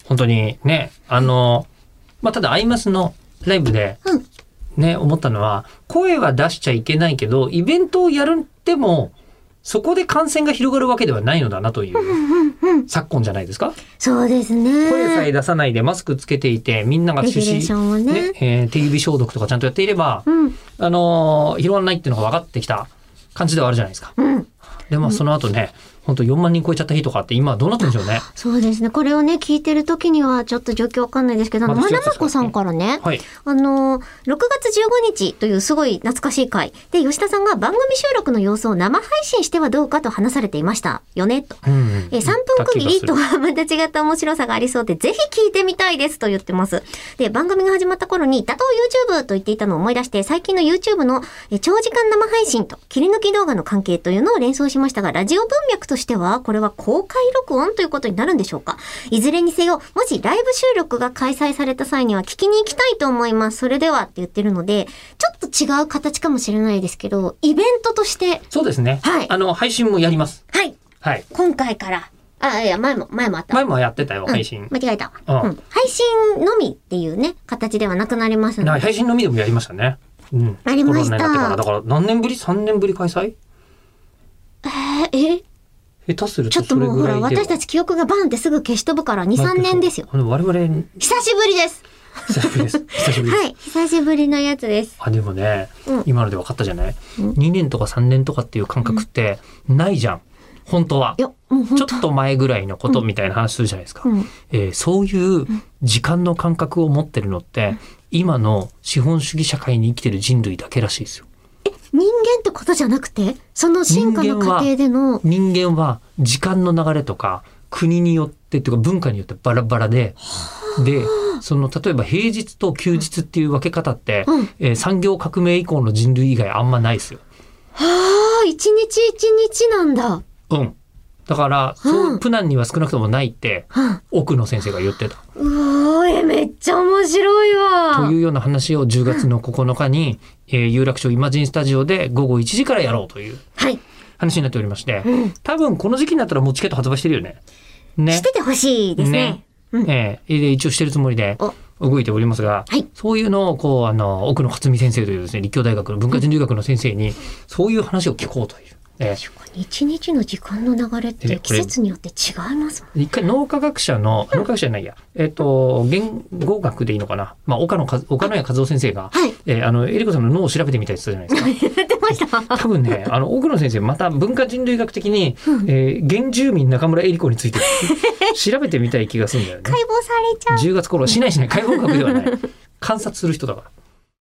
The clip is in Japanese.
本当にね、ただアイマスのライブでね、思ったのは、声は出しちゃいけないけど、イベントをやるっても、そこで感染が広がるわけではないのだなという昨今じゃないですか。 そうですね。 声さえ出さないでマスクつけていて、みんなが手指消毒とかちゃんとやっていれば、広がらないっていうのが分かってきた感じではあるじゃないですか。でもその後ね、本当4万人超えちゃった日とかって今どうなってるんでしょうね。 そうですね。これをね、聞いてる時にはちょっと状況わかんないですけど、まなまこさんからね、 はい、 6月15日というすごい懐かしい回で、吉田さんが番組収録の様子を生配信してはどうかと話されていましたよね、と。3分区切りとはまた違った面白さがありそうで、ぜひ聞いてみたいですと言ってます。で、番組が始まった頃に、打倒 YouTube と言っていたのを思い出して、最近の YouTube の長時間生配信と切り抜き動画の関係というのを連想しましたが、ラジオ文脈としては、これは公開録音ということになるんでしょうか。いずれにせよ、もしライブ収録が開催された際には聞きに行きたいと思います。それではって言ってるので、ちょっと違う形かもしれないですけど、イベントとして。 そうですね。 はい。 配信もやります。 はい。 はい。 今回から。いや、前もあった。 前もやってたよ、配信。 間違えた。配信のみっていうね、形ではなくなりますので。 配信のみでもやりましたね。 ありました。 だから何年ぶり ?3 年ぶり開催？下手するとそれぐらいでは。ちょっともうほら、 私たち記憶がバンってすぐ消し飛ぶから2、3年ですよ。 我々。 久しぶりです。 久しぶりです。久しぶりです。 はい、久しぶりのやつです。 でもね、今ので分かったじゃない、2年とか3年とかっていう感覚ってないじゃん。本当は。 いや、もう本当。 ちょっと前ぐらいのことみたいな話するじゃないですか。そういう時間の感覚を持ってるのって、今の資本主義社会に生きてる人類だけらしいですよ。 人間ってことじゃなくて、その進化の過程での人間は時間の流れとか国によってっていうか文化によってバラバラで、でその例えば平日と休日っていう分け方って、産業革命以降の人類以外あんまないですよ。 一日一日なんだ。 だからそうプナンには少なくともないって、奥野先生が言ってた。 めっちゃ面白いわ。 というような話を10月の9日に、有楽町イマジンスタジオで午後1時からやろうという話になっておりまして、多分この時期になったらもうチケット発売してるよね。 しててほしいですね。 一応してるつもりで動いておりますが、そういうのを奥野克美先生というですね、立教大学の文化人類学の先生にそういう話を聞こうという。 一日の時間の流れって季節によって違いますもんね。 一回脳科学者じゃないや、言語学でいいのかな、岡野谷和夫先生が、えりこさんの脳を調べてみたいって言ったじゃないですか。 言ってました。 多分ね、奥野先生また文化人類学的に、原住民中村江里子について調べてみたい気がするんだよね。 解剖されちゃう。 10月頃しない解剖学ではない観察する人だから。